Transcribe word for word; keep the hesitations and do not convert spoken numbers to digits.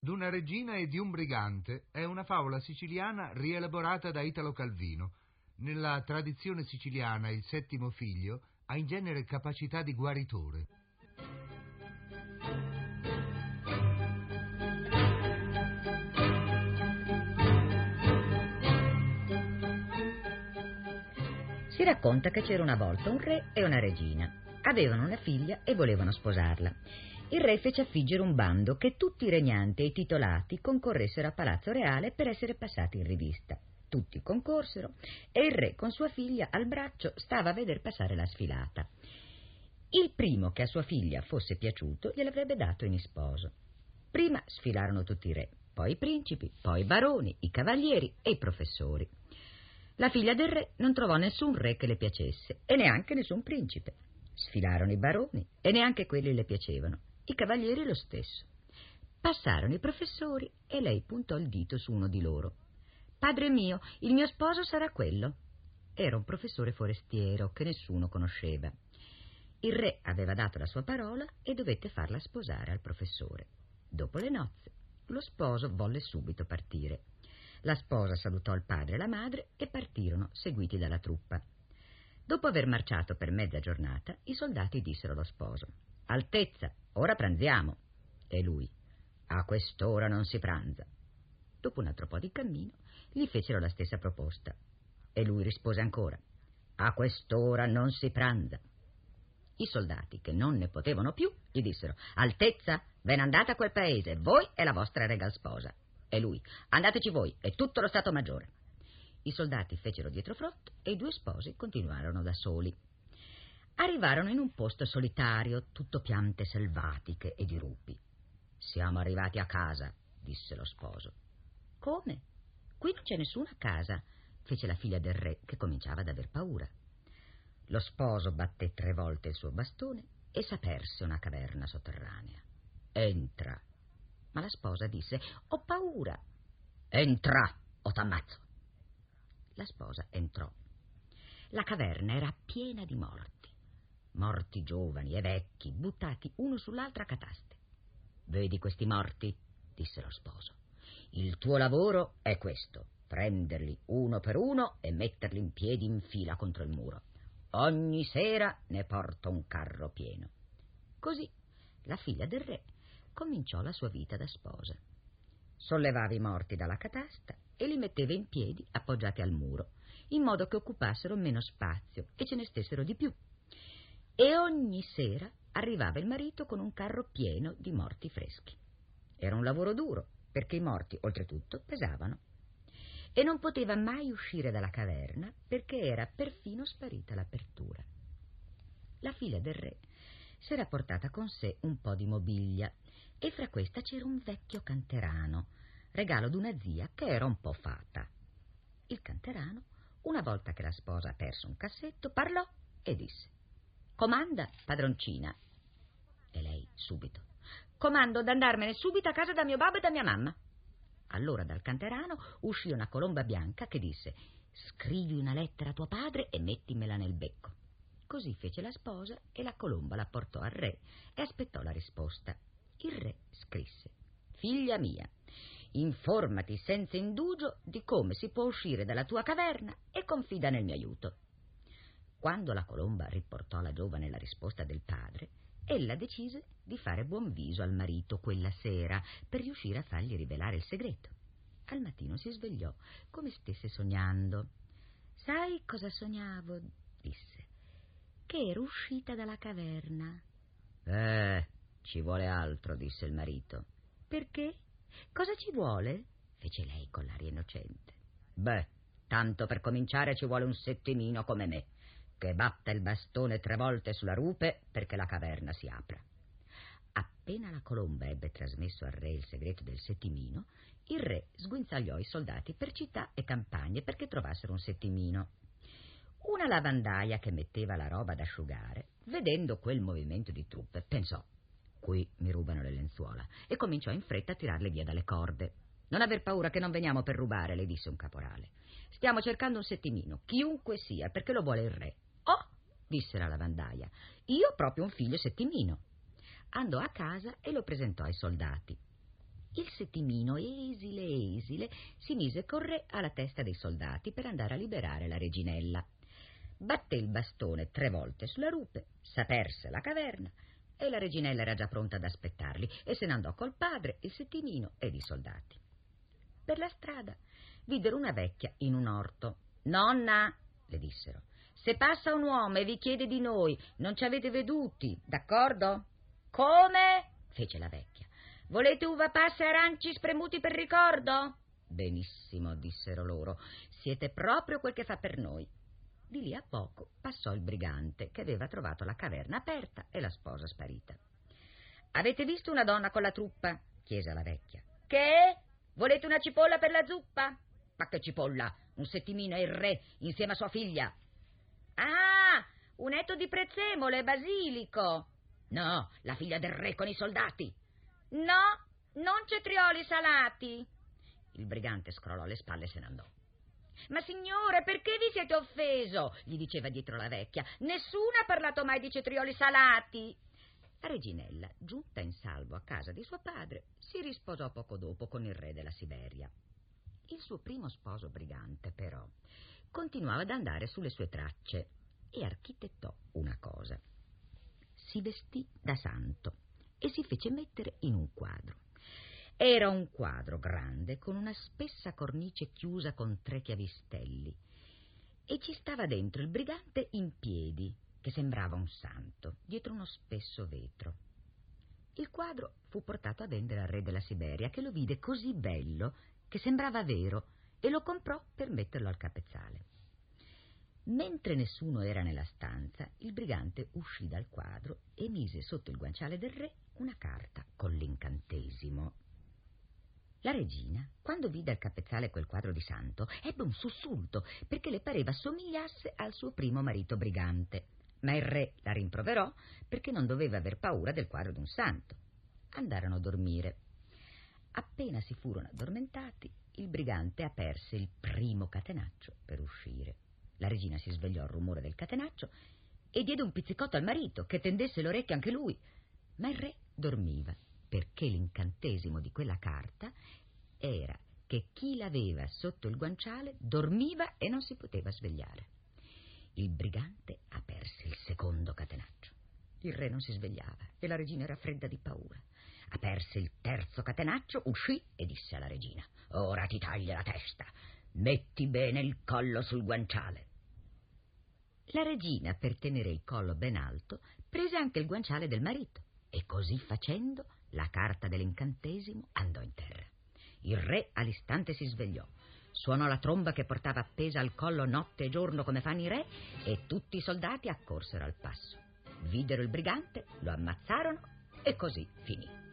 D'una regina e di un brigante è una favola siciliana rielaborata da Italo Calvino. Nella tradizione siciliana il settimo figlio ha in genere capacità di guaritore. Si racconta che c'era una volta un re e una regina. Avevano una figlia e volevano sposarla. Il re fece affiggere un bando che tutti i regnanti e i titolati concorressero a Palazzo Reale per essere passati in rivista. Tutti concorsero e il re con sua figlia al braccio stava a veder passare la sfilata. Il primo che a sua figlia fosse piaciuto gliel'avrebbe dato in sposo. Prima sfilarono tutti i re, poi i principi, poi i baroni, i cavalieri e i professori. La figlia del re non trovò nessun re che le piacesse e neanche nessun principe. Sfilarono i baroni e neanche quelli le piacevano, i cavalieri lo stesso. Passarono i professori e lei puntò il dito su uno di loro. «Padre mio, il mio sposo sarà quello». Era un professore forestiero che nessuno conosceva. Il re aveva dato la sua parola e dovette farla sposare al professore. Dopo le nozze, lo sposo volle subito partire. La sposa salutò il padre e la madre e partirono, seguiti dalla truppa. Dopo aver marciato per mezza giornata, i soldati dissero allo sposo: «Altezza, ora pranziamo». E lui: «A quest'ora non si pranza». Dopo un altro po' di cammino, gli fecero la stessa proposta. E lui rispose ancora: «A quest'ora non si pranza». I soldati, che non ne potevano più, gli dissero: «Altezza, ve ne andate a quel paese, voi e la vostra regal sposa». E lui: «Andateci voi e tutto lo Stato Maggiore». I soldati fecero dietro front e i due sposi continuarono da soli. Arrivarono in un posto solitario, tutto piante selvatiche e dirupi. «Siamo arrivati a casa», disse lo sposo. «Come? Qui non c'è nessuna casa», fece la figlia del re, che cominciava ad aver paura. Lo sposo batté tre volte il suo bastone e s'aperse una caverna sotterranea. «Entra». Ma la sposa disse: «Ho paura». «Entra o t'ammazzo». La sposa entrò. La caverna era piena di morti, morti giovani e vecchi, buttati uno sull'altro a cataste. «Vedi questi morti?» disse lo sposo. «Il tuo lavoro è questo: prenderli uno per uno e metterli in piedi in fila contro il muro. Ogni sera ne porto un carro pieno». Così la figlia del re cominciò la sua vita da sposa. Sollevava i morti dalla catasta e li metteva in piedi appoggiati al muro, in modo che occupassero meno spazio e ce ne stessero di più. E ogni sera arrivava il marito con un carro pieno di morti freschi. Era un lavoro duro, perché i morti, oltretutto, pesavano. E non poteva mai uscire dalla caverna perché era perfino sparita l'apertura. La figlia del re s'era portata con sé un po' di mobilia e fra questa c'era un vecchio canterano, regalo d'una zia che era un po' fata. Il canterano, una volta che la sposa aperse un cassetto, parlò e disse: «Comanda, padroncina». E lei subito: «Comando d'andarmene subito a casa da mio babbo e da mia mamma». Allora dal canterano uscì una colomba bianca che disse: «Scrivi una lettera a tuo padre e mettimela nel becco». Così fece la sposa e la colomba la portò al re e aspettò la risposta. Il re scrisse: «Figlia mia, informati senza indugio di come si può uscire dalla tua caverna e confida nel mio aiuto». Quando la colomba riportò alla giovane la risposta del padre, ella decise di fare buon viso al marito quella sera per riuscire a fargli rivelare il segreto. Al mattino si svegliò come stesse sognando. «Sai cosa sognavo?» disse. «Che ero uscita dalla caverna». «Eh, ci vuole altro», disse il marito. «Perché? Cosa ci vuole?» fece lei con l'aria innocente. «Beh, tanto per cominciare ci vuole un settimino come me, che batta il bastone tre volte sulla rupe perché la caverna si apra». Appena la colomba ebbe trasmesso al re il segreto del settimino, il re sguinzagliò i soldati per città e campagne perché trovassero un settimino. Una lavandaia che metteva la roba ad asciugare, vedendo quel movimento di truppe, pensò: «Qui mi rubano le lenzuola», e cominciò in fretta a tirarle via dalle corde. «Non aver paura che non veniamo per rubare», le disse un caporale. «Stiamo cercando un settimino, chiunque sia, perché lo vuole il re». «Oh», disse la lavandaia, «io ho proprio un figlio settimino». Andò a casa e lo presentò ai soldati. Il settimino, esile esile, si mise col re alla testa dei soldati per andare a liberare la reginella. Batté il bastone tre volte sulla rupe, s'aperse la caverna e la reginella era già pronta ad aspettarli e se ne andò col padre, il settimino ed i soldati. Per la strada videro una vecchia in un orto. «Nonna», le dissero, «se passa un uomo e vi chiede di noi, non ci avete veduti, d'accordo?» «Come?» fece la vecchia. «Volete uva passa e aranci spremuti per ricordo?» «Benissimo», dissero loro, «siete proprio quel che fa per noi». Di lì a poco passò il brigante, che aveva trovato la caverna aperta e la sposa sparita. «Avete visto una donna con la truppa?» chiese la vecchia. «Che? Volete una cipolla per la zuppa?» «Ma che cipolla? Un settimino e il re, insieme a sua figlia». «Ah, un etto di prezzemolo e basilico». «No, la figlia del re con i soldati». «No, non cetrioli salati». Il brigante scrollò le spalle e se ne andò. «Ma signore, perché vi siete offeso?» gli diceva dietro la vecchia. «Nessuno ha parlato mai di cetrioli salati». La reginella, giunta in salvo a casa di suo padre, si risposò poco dopo con il re della Siberia. Il suo primo sposo brigante, però, continuava ad andare sulle sue tracce e architettò una cosa. Si vestì da santo e si fece mettere in un quadro. Era un quadro grande con una spessa cornice chiusa con tre chiavistelli e ci stava dentro il brigante in piedi, che sembrava un santo, dietro uno spesso vetro. Il quadro fu portato a vendere al re della Siberia, che lo vide così bello che sembrava vero e lo comprò per metterlo al capezzale. Mentre nessuno era nella stanza, il brigante uscì dal quadro e mise sotto il guanciale del re una carta con l'incantesimo. La regina, quando vide al capezzale quel quadro di santo, ebbe un sussulto, perché le pareva somigliasse al suo primo marito brigante. Ma il re la rimproverò perché non doveva aver paura del quadro d'un santo. Andarono a dormire. Appena si furono addormentati, il brigante aperse il primo catenaccio per uscire. La regina si svegliò al rumore del catenaccio e diede un pizzicotto al marito, che tendesse l'orecchio anche lui. Ma il re dormiva, perché l'incantesimo di quella carta era che chi l'aveva sotto il guanciale dormiva e non si poteva svegliare. Il brigante aperse il secondo catenaccio. Il re non si svegliava e la regina era fredda di paura. Aperse il terzo catenaccio, uscì e disse alla regina: «Ora ti taglio la testa, metti bene il collo sul guanciale». La regina, per tenere il collo ben alto, prese anche il guanciale del marito e così facendo la carta dell'incantesimo andò in terra. Il re all'istante si svegliò, suonò la tromba che portava appesa al collo notte e giorno come fanno i re e tutti i soldati accorsero al passo. Videro il brigante, lo ammazzarono e così finì.